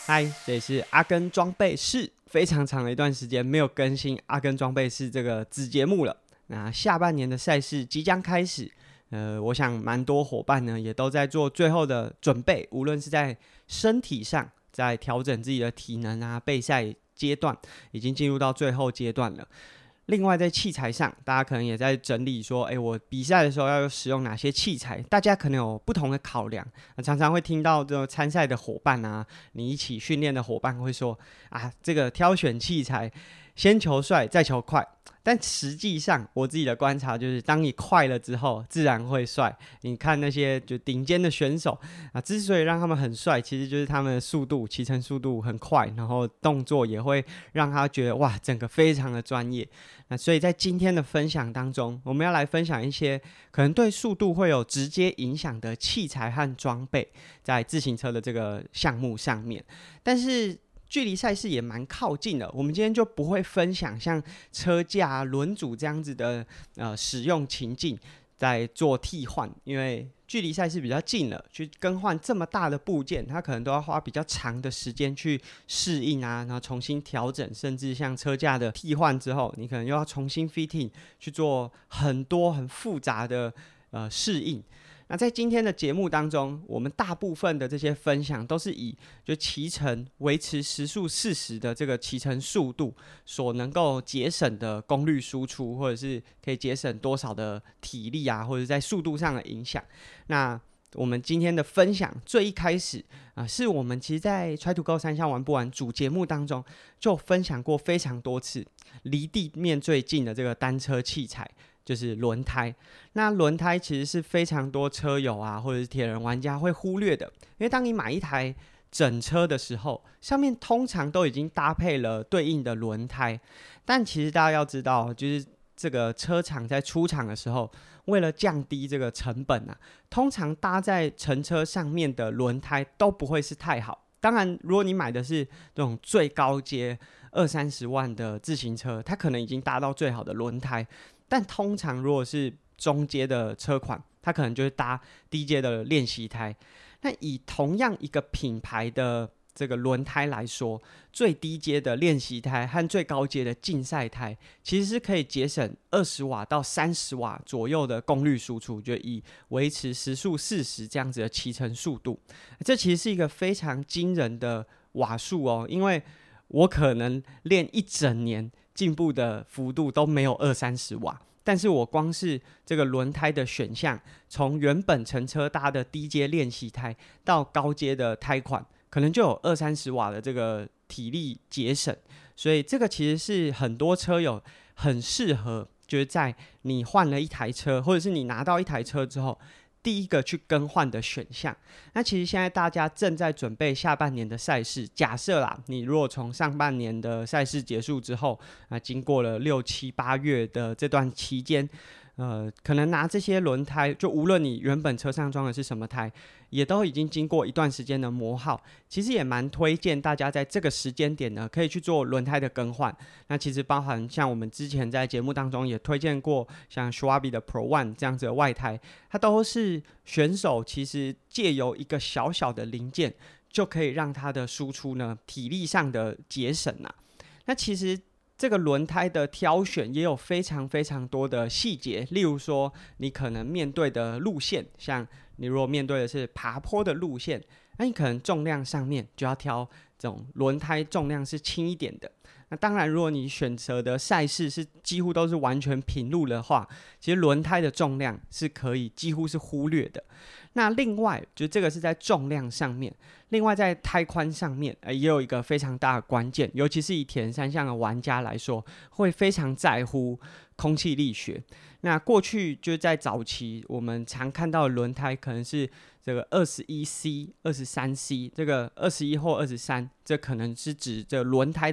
嗨，这里是阿根装备室，非常长的一段时间没有更新阿根装备室这个子节目了。那下半年的赛事即将开始，我想蛮多伙伴呢也都在做最后的准备，无论是在身体上，在调整自己的体能啊，备赛阶段已经进入到最后阶段了。另外在器材上，大家可能也在整理说，我比赛的时候要使用哪些器材？大家可能有不同的考量，常常会听到这个参赛的伙伴啊，你一起训练的伙伴会说啊，这个挑选器材，先求帅再求快。但实际上，我自己的观察就是，当你快了之后，自然会帅。你看那些就顶尖的选手啊，之所以让他们很帅，其实就是他们的速度、骑乘速度很快，然后动作也会让他觉得哇，整个非常的专业。那所以在今天的分享当中，我们要来分享一些可能对速度会有直接影响的器材和装备，在自行车的这个项目上面。但是距离赛事也蛮靠近的，我们今天就不会分享像车架、轮组这样子的使用情境，在做替换，因为距离赛事比较近了，去更换这么大的部件，它可能都要花比较长的时间去适应啊，然后重新调整，甚至像车架的替换之后，你可能又要重新 fitting 去做很多很复杂的适应。那在今天的节目当中，我们大部分的这些分享都是以就骑乘维持时速40的这个骑乘速度所能够节省的功率输出，或者是可以节省多少的体力啊，或者在速度上的影响。那我们今天的分享最一开始是我们其实在 Try to Go 三项玩不完主节目当中就分享过非常多次，离地面最近的这个单车器材就是轮胎。那轮胎其实是非常多车友啊，或者是铁人玩家会忽略的，因为当你买一台整车的时候，上面通常都已经搭配了对应的轮胎。但其实大家要知道，就是这个车厂在出厂的时候，为了降低这个成本啊，通常搭在乘车上面的轮胎都不会是太好。当然，如果你买的是这种最高阶20-30万的自行车，它可能已经搭到最好的轮胎。但通常如果是中阶的车款，它可能就会搭低阶的练习胎。那以同样一个品牌的这个轮胎来说，最低阶的练习胎和最高阶的竞赛胎，其实是可以节省20瓦到30瓦左右的功率输出，就以维持时速40这样子的骑乘速度。这其实是一个非常惊人的瓦数哦，因为我可能练一整年进步的幅度都没有20-30瓦，但是我光是这个轮胎的选项，从原本乘车搭的低阶练习胎到高阶的胎款，可能就有20-30瓦的这个体力节省。所以这个其实是很多车友很适合，就是在你换了一台车，或者是你拿到一台车之后，第一个去更换的选项。那其实现在大家正在准备下半年的赛事，假设啦，你如果从上半年的赛事结束之后经过了6、7、8月的这段期间，可能拿这些轮胎，就无论你原本车上装的是什么胎，也都已经经过一段时间的磨耗。其实也蛮推荐大家在这个时间点呢，可以去做轮胎的更换。那其实包含像我们之前在节目当中也推荐过，像 Schwalbe 的 Pro One 这样子的外胎，它都是选手其实借由一个小小的零件，就可以让它的输出呢体力上的节省啊。那其实这个轮胎的挑选也有非常非常多的细节，例如说你可能面对的路线，像你如果面对的是爬坡的路线，那你可能重量上面就要挑这种轮胎重量是轻一点的。那当然如果你选择的赛事是几乎都是完全平路的话，其实轮胎的重量是可以几乎是忽略的。那另外就这个是在重量上面，另外在胎宽上面也有一个非常大的关键，尤其是以铁人三项的玩家来说，会非常在乎空气力学。那过去就在早期我们常看到的轮胎可能是这个 21C、23C， 这个21或23，这可能是指这轮胎的宽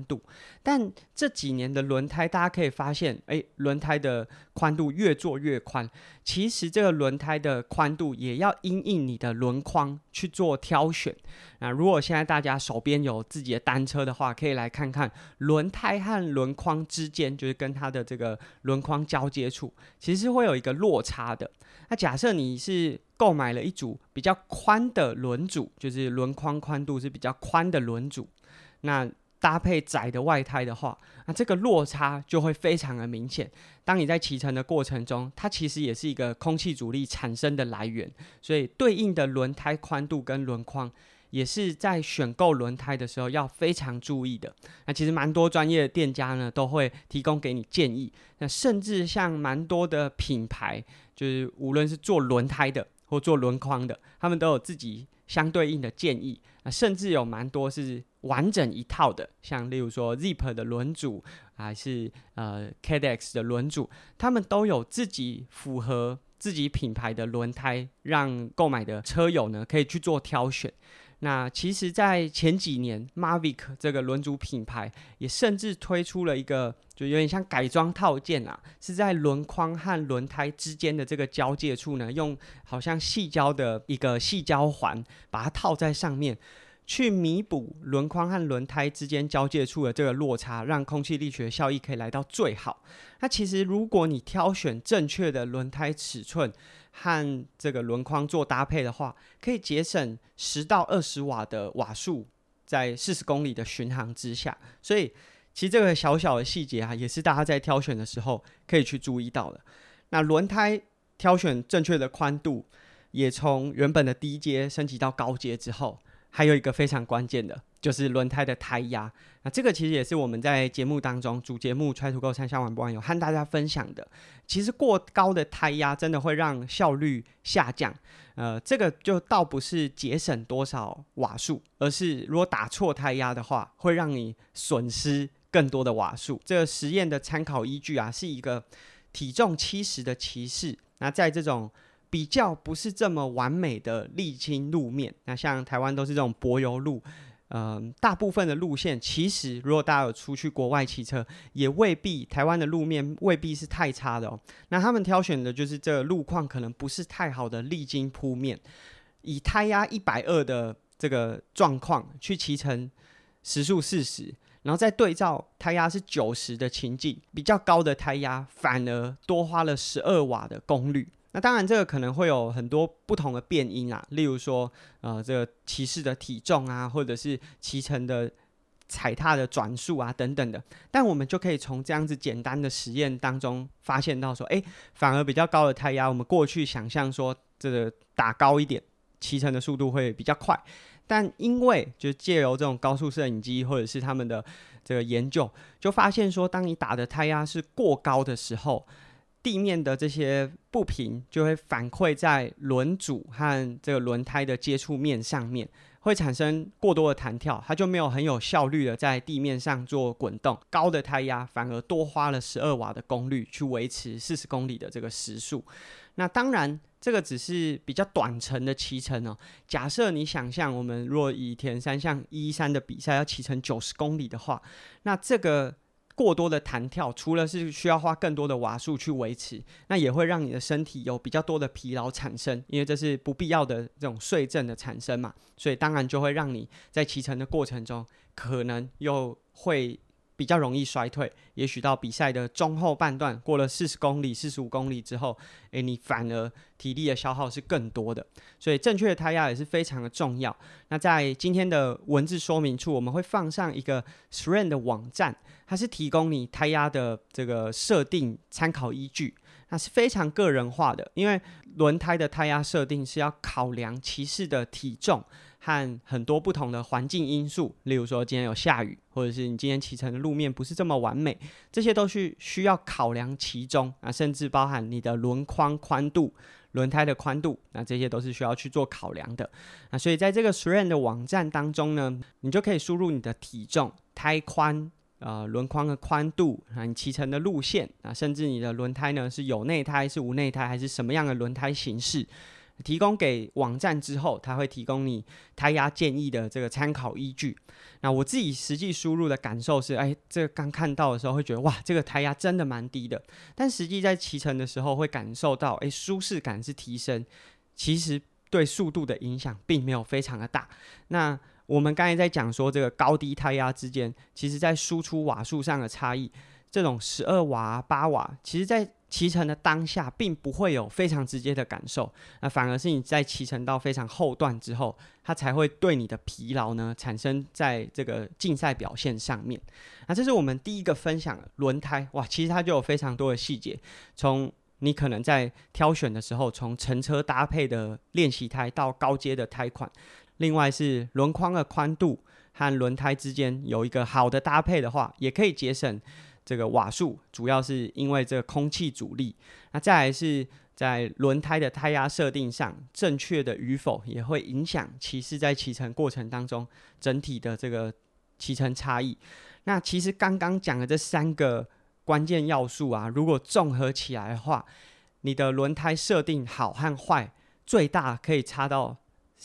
度。但这几年的轮胎，大家可以发现，轮胎的宽度越做越宽。其实这个轮胎的宽度也要因应你的轮框去做挑选。如果现在大家手边有自己的单车的话，可以来看看轮胎和轮框之间，就是跟它的这个轮框交接处，其实是会有一个落差的。那假设你是购买了一组比较宽的轮组，就是轮框宽度是比较宽的轮组，那搭配窄的外胎的话，那这个落差就会非常的明显。当你在骑乘的过程中，它其实也是一个空气阻力产生的来源，所以对应的轮胎宽度跟轮框也是在选购轮胎的时候要非常注意的。那其实蛮多专业的店家呢都会提供给你建议，那甚至像蛮多的品牌，就是无论是做轮胎的或做轮框的，他们都有自己相对应的建议。甚至有蛮多是完整一套的，像例如说 Zip 的轮组，还是KDX 的轮组，他们都有自己符合自己品牌的轮胎，让购买的车友呢可以去做挑选。那其实在前几年 Mavic 这个轮组品牌也甚至推出了一个就有点像改装套件啦，是在轮框和轮胎之间的这个交界处呢，用好像细胶的一个细胶环把它套在上面，去弥补轮框和轮胎之间交界处的这个落差，让空气力学效益可以来到最好。那其实如果你挑选正确的轮胎尺寸和这个轮框做搭配的话，可以节省10到20瓦的瓦数，在40公里的巡航之下。所以其实这个小小的细节啊，也是大家在挑选的时候可以去注意到的。那轮胎挑选正确的宽度，也从原本的低阶升级到高阶之后，还有一个非常关键的，就是轮胎的胎压。那这个其实也是我们在节目当中主节目 Try to Go 3项玩不玩有和大家分享的。其实过高的胎压真的会让效率下降，这个就倒不是节省多少瓦数，而是如果打错胎压的话，会让你损失更多的瓦数。这个实验的参考依据啊，是一个体重70的骑士，那在这种比较不是这么完美的沥青路面，那像台湾都是这种柏油路，大部分的路线其实如果大家有出去国外骑车，也未必台湾的路面未必是太差的哦。那他们挑选的就是这个路况可能不是太好的沥青铺面，以胎压120的这个状况去骑乘时速40，然后再对照胎压是90的情境，比较高的胎压反而多花了12瓦的功率。那当然这个可能会有很多不同的变因啦，例如说这个骑士的体重啊，或者是骑乘的踩踏的转速啊等等的，但我们就可以从这样子简单的实验当中发现到说，反而比较高的胎压，我们过去想象说这个打高一点，骑乘的速度会比较快，但因为就借由这种高速摄影机或者是他们的这个研究，就发现说，当你打的胎压是过高的时候，地面的这些不平就会反馈在轮组和这个轮胎的接触面上面，会产生过多的弹跳，它就没有很有效率的在地面上做滚动。高的胎压反而多花了12瓦的功率去维持40公里的这个时速。那当然这个只是比较短程的骑乘哦。假设你想象我们若以铁人三项113的比赛要骑乘90公里的话，那这个过多的弹跳除了是需要花更多的瓦数去维持，那也会让你的身体有比较多的疲劳产生，因为这是不必要的这种税震的产生嘛，所以当然就会让你在骑乘的过程中可能又会比较容易衰退，也许到比赛的中后半段过了40公里45公里之后，你反而体力的消耗是更多的，所以正确的胎压也是非常的重要。那在今天的文字说明处，我们会放上一个 SRAM 的网站，它是提供你胎压的这个设定参考依据，那是非常个人化的，因为轮胎的胎压设定是要考量骑士的体重和很多不同的环境因素，例如说今天有下雨，或者是你今天骑乘的路面不是这么完美，这些都是需要考量其中，甚至包含你的轮框宽度、轮胎的宽度，那这些都是需要去做考量的。所以在这个 SRAM 的网站当中呢，你就可以输入你的体重、胎宽、轮框的宽度，你骑乘的路线，甚至你的轮胎呢是有内胎是无内胎还是什么样的轮胎形式， 提供给网站之后，它会提供你胎压建议的这个参考依据。那我自己实际输入的感受是，这个刚看到的时候会觉得哇，这个胎压真的蛮低的，但实际在骑乘的时候会感受到，舒适感是提升，其实对速度的影响并没有非常的大。那我们刚才在讲说这个高低胎压之间，其实在输出瓦数上的差异，这种12瓦、8瓦，其实在骑乘的当下并不会有非常直接的感受，那反而是你在骑乘到非常后段之后，它才会对你的疲劳呢产生在这个竞赛表现上面。那这是我们第一个分享的轮胎，哇，其实它就有非常多的细节，从你可能在挑选的时候，从乘车搭配的练习胎到高阶的胎款，另外是轮框的宽度和轮胎之间有一个好的搭配的话，也可以节省这个瓦数，主要是因为这个空气阻力。那再来是在轮胎的胎压设定上，正确的与否也会影响骑士在骑乘过程当中整体的这个骑乘差异。那其实刚刚讲的这3个关键要素啊，如果综合起来的话，你的轮胎设定好和坏，最大可以差到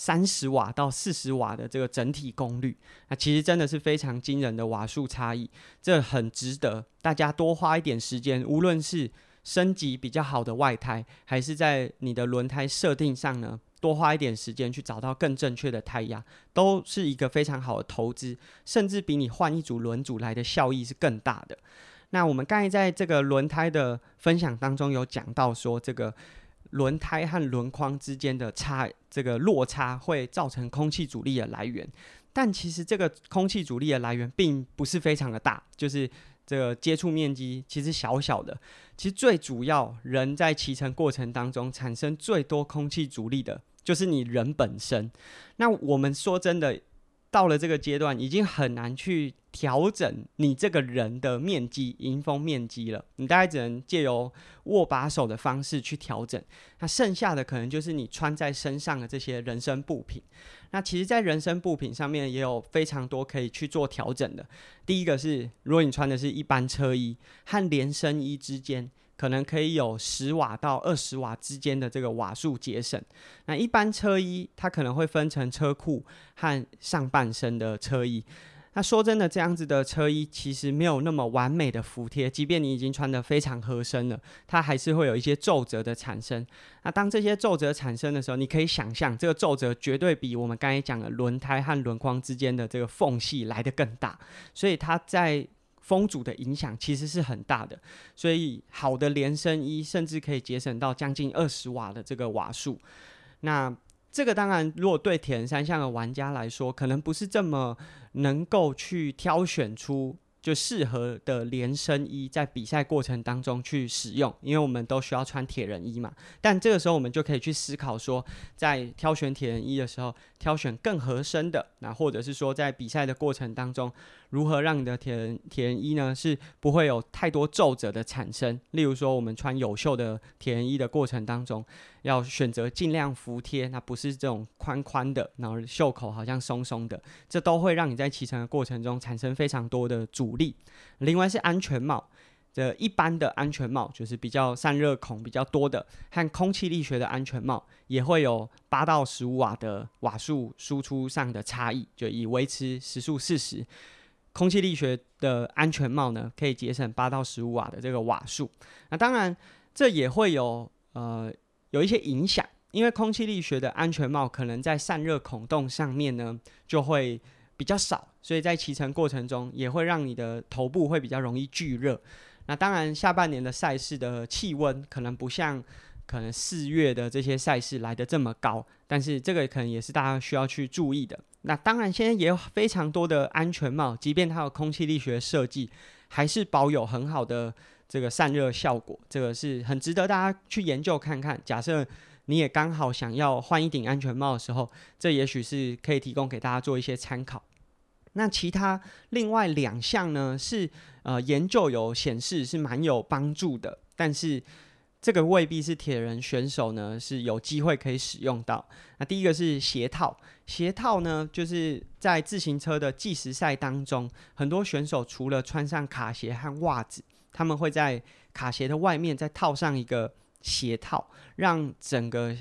30瓦到40瓦的这个整体功率，那其实真的是非常惊人的瓦数差异，这很值得大家多花一点时间，无论是升级比较好的外胎，还是在你的轮胎设定上呢，多花一点时间去找到更正确的胎压，都是一个非常好的投资，甚至比你换一组轮组来的效益是更大的。那我们刚才在这个轮胎的分享当中有讲到说，这个轮胎和轮框之间的这个落差会造成空气阻力的来源，但其实这个空气阻力的来源并不是非常的大，就是这个接触面积其实小小的。其实最主要人在骑乘过程当中产生最多空气阻力的就是你人本身。那我们说真的，到了这个阶段已经很难去调整你这个人的面积，迎风面积了，你大概只能借由握把手的方式去调整，那剩下的可能就是你穿在身上的这些人身部品。那其实在人身部品上面也有非常多可以去做调整的。第一个是，如果你穿的是一般车衣，和连身衣之间可能可以有10瓦到20瓦之间的这个瓦数节省。那一般车衣它可能会分成车裤和上半身的车衣。那说真的，这样子的车衣其实没有那么完美的服帖，即便你已经穿得非常合身了，它还是会有一些皱褶的产生。那当这些皱褶产生的时候，你可以想象这个皱褶绝对比我们刚才讲的轮胎和轮框之间的这个缝隙来得更大，所以它在风阻的影响其实是很大的。所以好的连身衣甚至可以节省到将近20瓦的这个瓦数。那这个当然如果对铁人三项的玩家来说，可能不是这么能够去挑选出就适合的连身衣在比赛过程当中去使用，因为我们都需要穿铁人衣嘛。但这个时候我们就可以去思考说，在挑选铁人衣的时候，挑选更合身的，那或者是说在比赛的过程当中，如何让你的铁人衣呢是不会有太多皱褶的产生。例如说我们穿有袖的铁人衣的过程当中，要选择尽量服帖，那不是这种宽宽的，然后袖口好像松松的，这都会让你在骑乘的过程中产生非常多的阻力。另外是安全帽，这一般的安全帽就是比较散热孔比较多的，和空气力学的安全帽也会有8到15瓦的瓦数输出上的差异，就以维持时速40。空气力学的安全帽呢，可以节省8到15瓦的这个瓦数。那当然这也会有一些影响，因为空气力学的安全帽可能在散热孔洞上面呢就会比较少，所以在骑乘过程中也会让你的头部会比较容易聚热。那当然下半年的赛事的气温可能不像可能4月的这些赛事来得这么高，但是这个可能也是大家需要去注意的。那当然现在也有非常多的安全帽，即便它有空气力学设计，还是保有很好的这个散热效果，这个是很值得大家去研究看看。假设你也刚好想要换一顶安全帽的时候，这也许是可以提供给大家做一些参考。那其他另外2项呢，是研究有显示是蛮有帮助的，但是这个未必是铁人选手呢是有机会可以使用到。那第一个是鞋套，鞋套呢就是在自行车的计时赛当中，很多选手除了穿上卡鞋和袜子，他们会在卡鞋的外面再套上一个鞋套，让整个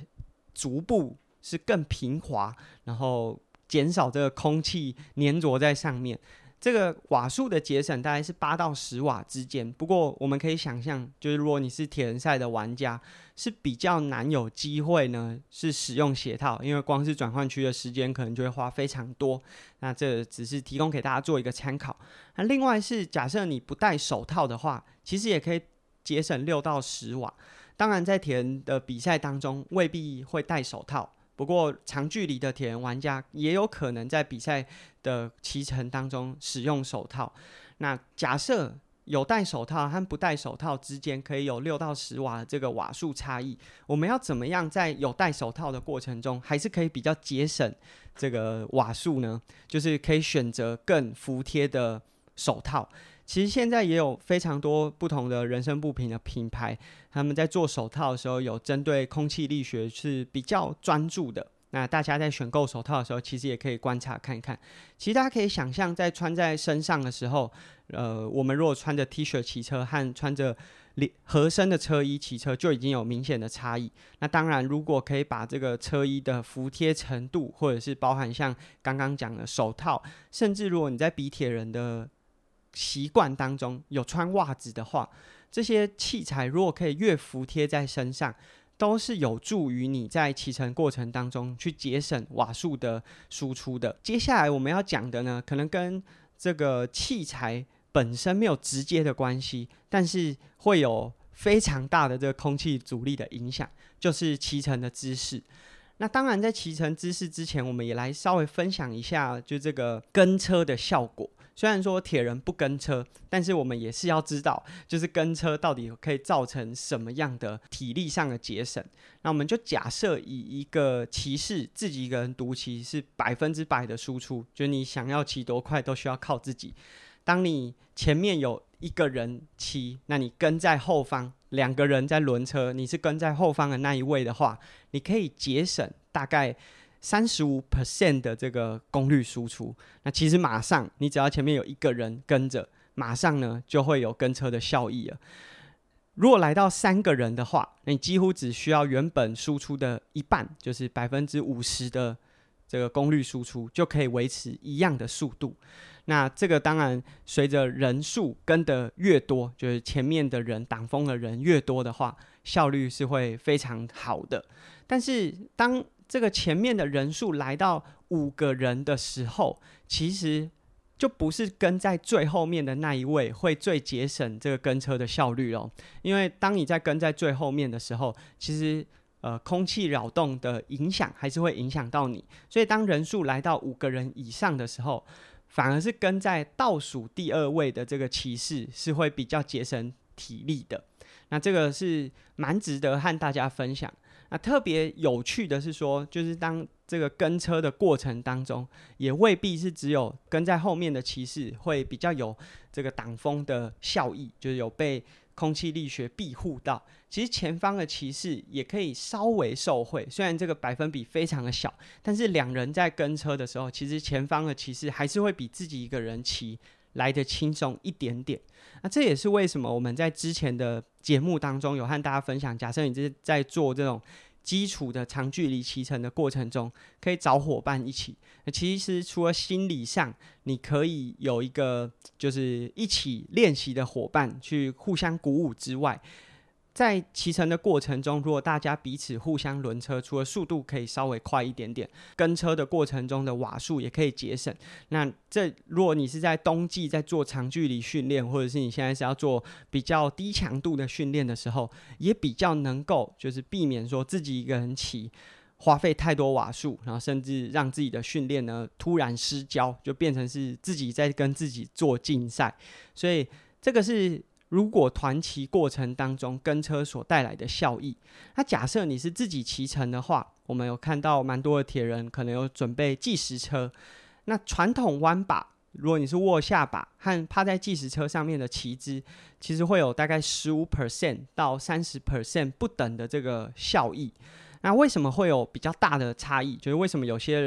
足部是更平滑，然后减少这个空气粘着在上面。这个瓦数的节省大概是8到10瓦之间，不过我们可以想象，就是如果你是铁人赛的玩家，是比较难有机会呢是使用鞋套，因为光是转换区的时间可能就会花非常多。那这只是提供给大家做一个参考。那另外是假设你不戴手套的话，其实也可以节省6到10瓦。当然在铁人的比赛当中未必会戴手套，不过长距离的铁人玩家也有可能在比赛的骑乘当中使用手套。那假设有戴手套和不戴手套之间可以有6到10瓦的这个瓦数差异，我们要怎么样在有戴手套的过程中还是可以比较节省这个瓦数呢？就是可以选择更服帖的手套。其实现在也有非常多不同的人身部品的品牌，他们在做手套的时候有针对空气力学是比较专注的。那大家在选购手套的时候，其实也可以观察看看。其实大家可以想象，在穿在身上的时候，我们如果穿着 T 恤骑车和穿着合身的车衣骑车，就已经有明显的差异。那当然，如果可以把这个车衣的服帖程度，或者是包含像刚刚讲的手套，甚至如果你在比铁人的习惯当中有穿袜子的话，这些器材如果可以越服帖在身上，都是有助于你在骑乘过程当中去节省瓦数的输出的。接下来我们要讲的呢，可能跟这个器材本身没有直接的关系，但是会有非常大的这个空气阻力的影响，就是骑乘的姿势。那当然在骑乘姿势之前，我们也来稍微分享一下就这个跟车的效果。虽然说铁人不跟车，但是我们也是要知道，就是跟车到底可以造成什么样的体力上的节省。那我们就假设以一个骑士自己一个人独骑是100%的输出，就是你想要骑多快都需要靠自己。当你前面有一个人骑，那你跟在后方，2个人在轮车，你是跟在后方的那一位的话，你可以节省大概35% 的这个功率输出。那其实马上你只要前面有一个人跟着，马上呢就会有跟车的效益了。如果来到3个人的话，你几乎只需要原本输出的一半，就是50%的这个功率输出，就可以维持一样的速度。那这个当然随着人数跟得越多，就是前面的人挡风的人越多的话，效率是会非常好的。但是当这个前面的人数来到5个人的时候，其实就不是跟在最后面的那一位会最节省这个跟车的效率咯。因为当你在跟在最后面的时候，其实空气扰动的影响还是会影响到你，所以当人数来到5个人以上的时候，反而是跟在倒数第2位的这个骑士是会比较节省体力的。那这个是蛮值得和大家分享。那特别有趣的是说，就是当这个跟车的过程当中，也未必是只有跟在后面的骑士会比较有这个挡风的效益，就是有被空气力学庇护到。其实前方的骑士也可以稍微受惠，虽然这个百分比非常的小，但是2人在跟车的时候，其实前方的骑士还是会比自己一个人骑来得轻松一点点。那这也是为什么我们在之前的节目当中有和大家分享，假设你是在做这种基础的长距离骑乘的过程中，可以找伙伴一起。其实除了心理上你可以有一个就是一起练习的伙伴去互相鼓舞之外，在骑乘的过程中，如果大家彼此互相轮车，除了速度可以稍微快一点点，跟车的过程中的瓦数也可以节省。那如果你是在冬季在做长距离训练，或者是你现在是要做比较低强度的训练的时候，也比较能够就是避免说自己一个人骑花费太多瓦数，然后甚至让自己的训练呢突然失焦，就变成是自己在跟自己做竞赛。所以这个是如果团骑过程当中跟车所带来的效益。那假设你是自己骑乘的话，我们有看到蛮多的铁人可能有准备计时车。那传统弯把，如果你是握下把和趴在计时车上面的骑姿，其实会有大概 15% 到 30% 不等的这个效益。那为什么会有比较大的差异？就是为什么有些人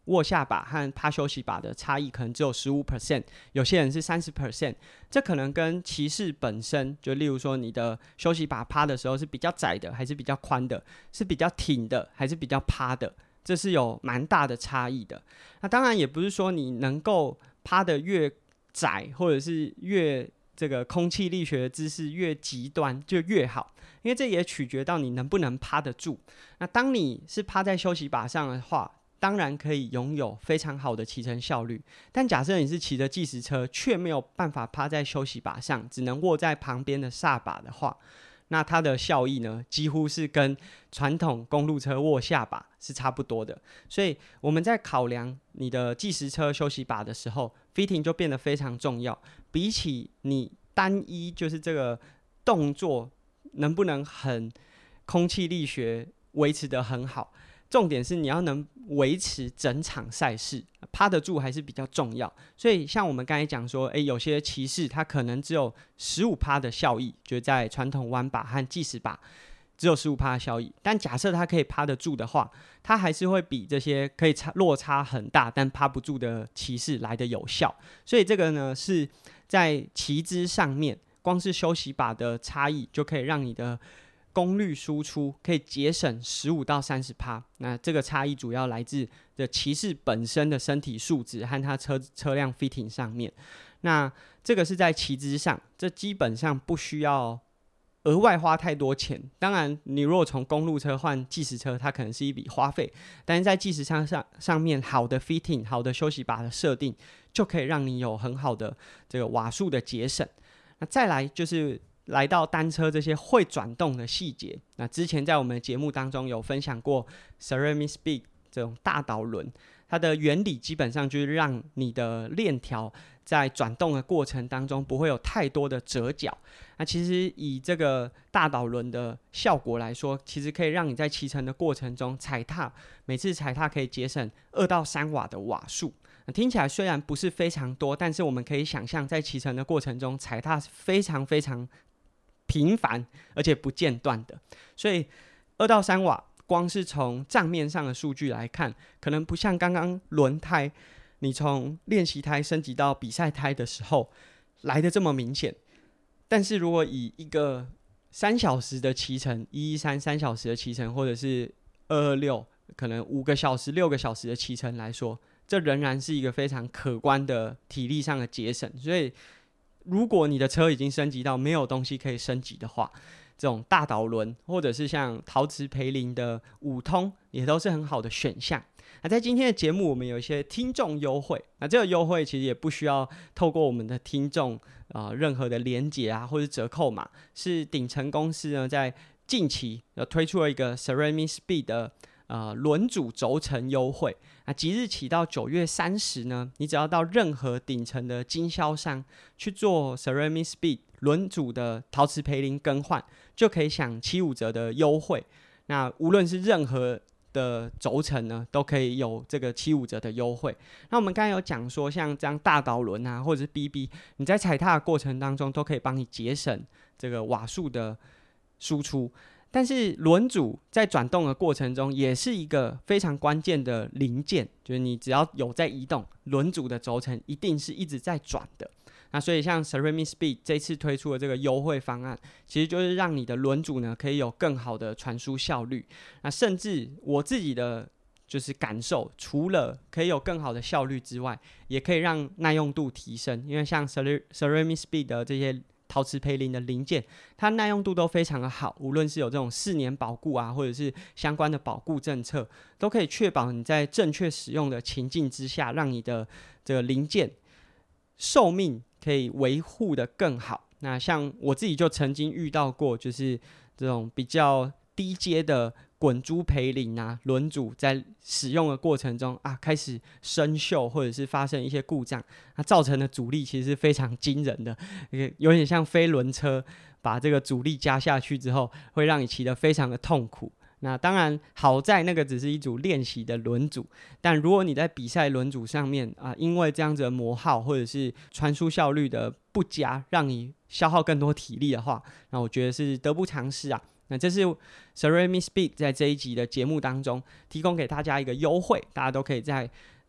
握下把和趴休息把的差异可能只有 15%， 有些人是 30%， 这可能跟骑士本身，就例如说你的休息把趴的时候是比较窄的还是比较宽的，是比较挺的还是比较趴的，这是有蛮大的差异的。那当然也不是说你能够趴得越窄，或者是越这个空气力学的姿势越极端就越好，因为这也取决到你能不能趴得住。那当你是趴在休息把上的话，当然可以拥有非常好的骑乘效率，但假设你是骑着计时车却没有办法趴在休息把上，只能握在旁边的刹把的话，那它的效益呢，几乎是跟传统公路车握下把是差不多的。所以我们在考量你的计时车休息把的时候， fitting 就变得非常重要。比起你单一就是这个动作能不能很空气力学维持得很好，重点是你要能维持整场赛事，趴得住还是比较重要。所以像我们刚才讲说，有些骑士他可能只有 15% 的效益，就是在传统弯把和计时把只有 15% 的效益，但假设他可以趴得住的话，他还是会比这些可以落差很大但趴不住的骑士来得有效。所以这个呢，是在骑姿上面，光是休息把的差异就可以让你的功率输出可以节省 15% 到 30%。 那这个差异主要来自的骑士本身的身体素质和他车辆 fitting 上面。那这个是在骑姿上，这基本上不需要额外花太多钱。当然你如果从公路车换计时车，它可能是一笔花费，但是在计时车上面好的 fitting 好的休息把的设定，就可以让你有很好的这个瓦数的节省。那再来就是来到单车这些会转动的细节，那之前在我们的节目当中有分享过 Ceramic Speed 这种大导轮，它的原理基本上就是让你的链条在转动的过程当中不会有太多的折角。那其实以这个大导轮的效果来说，其实可以让你在骑乘的过程中踩踏，每次踩踏可以节省2到3瓦的瓦数。听起来虽然不是非常多，但是我们可以想象在骑乘的过程中踩踏是非常非常频繁而且不间断的。所以2到3瓦光是从账面上的数据来看，可能不像刚刚轮胎你从练习胎升级到比赛胎的时候来的这么明显。但是如果以一个3小时的骑乘113 3小时的骑乘，或者是226可能5个小时6个小时的骑乘来说，这仍然是一个非常可观的体力上的节省。所以如果你的车已经升级到没有东西可以升级的话，这种大导轮或者是像陶瓷培林的5通也都是很好的选项。那在今天的节目我们有一些听众优惠，那这个优惠其实也不需要透过我们的听众任何的连结啊或者折扣码，是鼎成公司呢在近期推出了一个 Ceramic Speed 的轮组轴承优惠。那即日起到9月30呢，你只要到任何鼎成的经销商去做 Ceramic Speed 轮组的陶瓷培林更换，就可以享75折的优惠。那无论是任何的轴承呢，都可以有这个75折的优惠。那我们刚才有讲说，像这样大导轮啊，或者是 BB， 你在踩踏的过程当中都可以帮你节省这个瓦数的输出。但是轮组在转动的过程中也是一个非常关键的零件，就是你只要有在移动，轮组的轴承一定是一直在转的。那所以像 Ceramic Speed 这次推出的这个优惠方案，其实就是让你的轮组呢可以有更好的传输效率。那甚至我自己的就是感受，除了可以有更好的效率之外，也可以让耐用度提升。因为像 Ceramic Speed 的这些陶瓷培林的零件，它耐用度都非常的好，无论是有这种4年保固啊，或者是相关的保固政策，都可以确保你在正确使用的情境之下，让你的这个零件寿命可以维护的更好。那像我自己就曾经遇到过，就是这种比较低阶的滚珠培林啊，轮组在使用的过程中啊，开始生锈或者是发生一些故障，它造成的阻力其实是非常惊人的，有点像飞轮车把这个阻力加下去之后，会让你骑得非常的痛苦。那当然好在那个只是一组练习的轮组，但如果你在比赛轮组上面因为这样子的磨耗或者是传输效率的不佳，让你消耗更多体力的话，那我觉得是得不偿失啊。那这是 Ceramic Speed 在这一集的节目当中提供给大家一个优惠，大家都可以在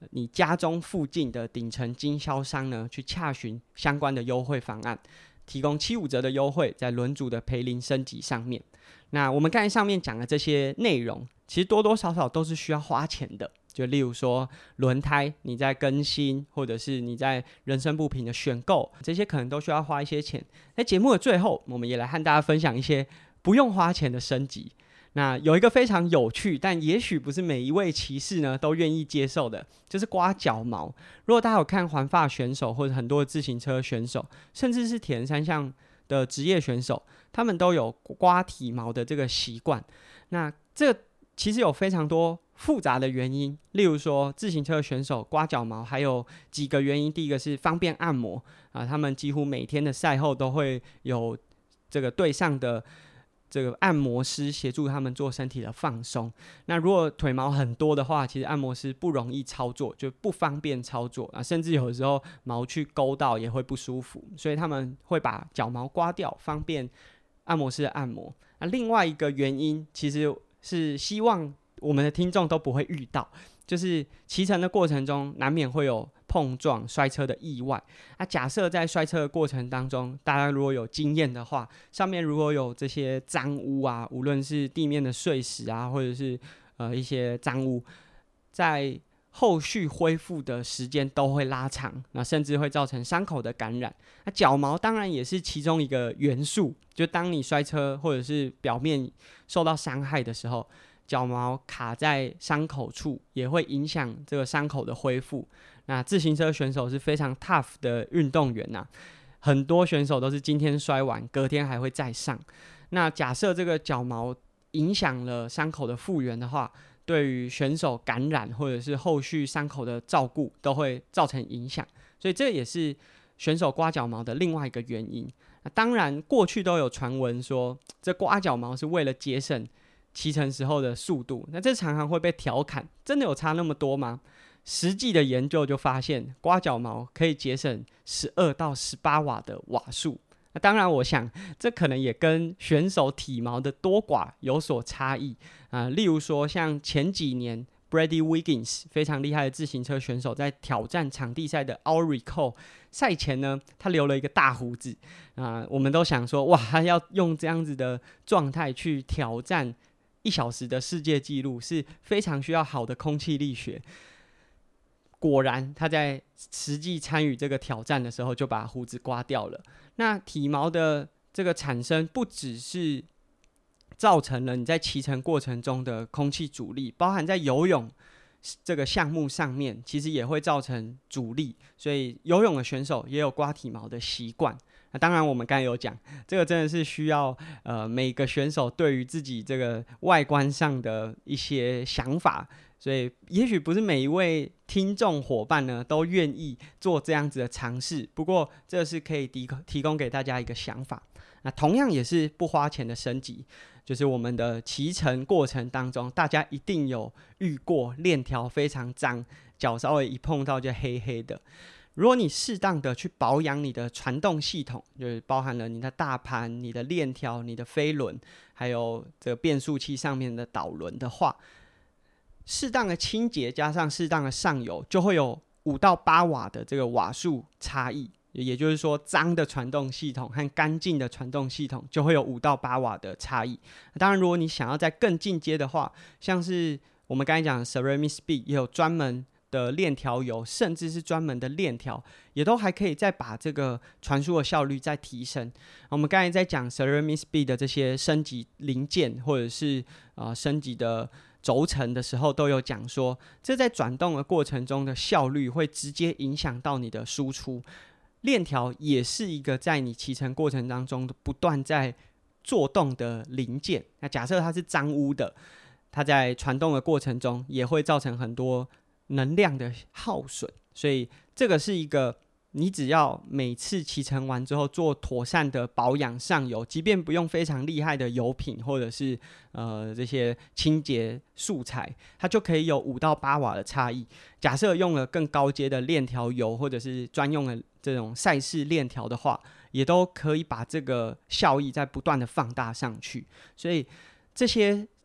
你家中附近的顶层经销商呢，去洽询相关的优惠方案，提供75折的优惠在轮组的培林升级上面。那我们刚才上面讲的这些内容，其实多多少少都是需要花钱的。就例如说轮胎你在更新，或者是你在人身部品的选购，这些可能都需要花一些钱。在节目的最后，我们也来和大家分享一些不用花钱的升级。那有一个非常有趣，但也许不是每一位骑士呢都愿意接受的，就是刮脚毛。如果大家有看环法选手或者很多的自行车选手，甚至是铁人三项的职业选手，他们都有刮体毛的这个习惯。那这其实有非常多复杂的原因，例如说自行车选手刮脚毛还有几个原因。第一个是方便按摩他们几乎每天的赛后都会有这个队上的这个按摩师协助他们做身体的放松。那如果腿毛很多的话，其实按摩师不容易操作，就不方便操作甚至有的时候毛去勾到也会不舒服，所以他们会把脚毛刮掉，方便按摩师的按摩。另外一个原因其实是希望我们的听众都不会遇到，就是骑乘的过程中难免会有碰撞摔车的意外。假设在摔车的过程当中，大家如果有经验的话，上面如果有这些脏污无论是地面的碎石或者是一些脏污，在后续恢复的时间都会拉长，那甚至会造成伤口的感染。脚毛当然也是其中一个元素，就当你摔车或者是表面受到伤害的时候，脚毛卡在伤口处也会影响这个伤口的恢复。那自行车选手是非常 tough 的运动员很多选手都是今天摔完隔天还会再上。那假设这个脚毛影响了伤口的复原的话，对于选手感染或者是后续伤口的照顾都会造成影响，所以这也是选手刮脚毛的另外一个原因。当然过去都有传闻说这刮脚毛是为了节省骑乘时候的速度，那这常常会被调侃，真的有差那么多吗？实际的研究就发现刮脚毛可以节省12到18瓦的瓦数。当然我想这可能也跟选手体毛的多寡有所差异例如说像前几年 Brady Wiggins 非常厉害的自行车选手，在挑战场地赛的 Aurico 赛前呢，他留了一个大胡子我们都想说哇，他要用这样子的状态去挑战1小时的世界纪录，是非常需要好的空气力学。果然他在实际参与这个挑战的时候就把胡子刮掉了。那体毛的这个产生不只是造成了你在骑乘过程中的空气阻力，包含在游泳这个项目上面其实也会造成阻力，所以游泳的选手也有刮体毛的习惯。当然我们刚才有讲，这个真的是需要每个选手对于自己这个外观上的一些想法，所以也许不是每一位听众伙伴呢都愿意做这样子的尝试，不过这是可以提供给大家一个想法。那同样也是不花钱的升级，就是我们的骑乘过程当中，大家一定有遇过链条非常脏，脚稍微一碰到就黑黑的。如果你适当的去保养你的传动系统，就是包含了你的大盘、你的链条、你的飞轮，还有这个变速器上面的导轮的话，适当的清洁加上适当的上油，就会有5到8瓦的这个瓦数差异。也就是说，脏的传动系统和干净的传动系统就会有5到8瓦的差异。当然，如果你想要再更进阶的话，像是我们刚才讲的 Ceramic Speed 也有专门的链条油，甚至是专门的链条，也都还可以再把这个传输的效率再提升。我们刚才在讲 Ceramic Speed 的这些升级零件或者是升级的轴承的时候，都有讲说，这在转动的过程中的效率会直接影响到你的输出。链条也是一个在你骑乘过程当中不断在作动的零件。那假设它是脏污的，它在传动的过程中也会造成很多能量的耗损，所以这个是一个你只要每次骑乘完之后做妥善的保养上油，即便不用非常厉害的油品或者是这些清洁素材，它就可以有5到8瓦的差异。假设用了更高阶的链条油或者是专用的这种赛事链条的话，也都可以把这个效益再不断的放大上去。所以这些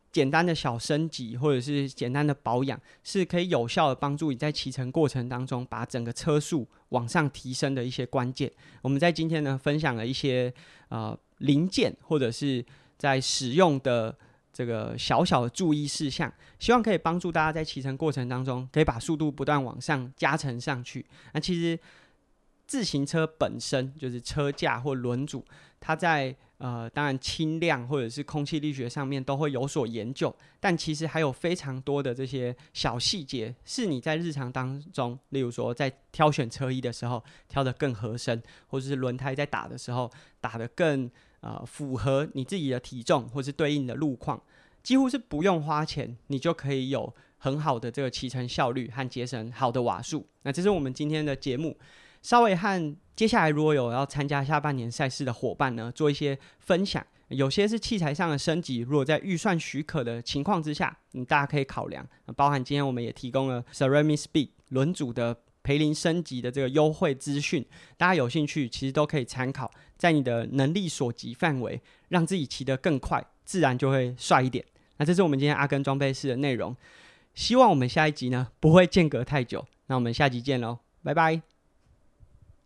简单的小升级或者是简单的保养，是可以有效的帮助你在骑乘过程当中把整个车速往上提升的一些关键。我们在今天呢分享了一些零件或者是在使用的这个小小的注意事项，希望可以帮助大家在骑乘过程当中可以把速度不断往上加成上去。那其实自行车本身就是车架或轮组，它在当然轻量或者是空气力学上面都会有所研究，但其实还有非常多的这些小细节是你在日常当中，例如说在挑选车衣的时候挑得更合身，或者是轮胎在打的时候打得更符合你自己的体重或是对应的路况，几乎是不用花钱你就可以有很好的这个骑乘效率和节省好的瓦数。那这是我们今天的节目，稍微和接下来如果有要参加下半年赛事的伙伴呢做一些分享，有些是器材上的升级，如果在预算许可的情况之下，大家可以考量，包含今天我们也提供了 Ceramic Speed 轮组的培林升级的这个优惠资讯，大家有兴趣其实都可以参考，在你的能力所及范围，让自己骑得更快，自然就会帅一点。那这是我们今天阿耕装备室的内容，希望我们下一集呢不会间隔太久，那我们下集见咯，拜拜。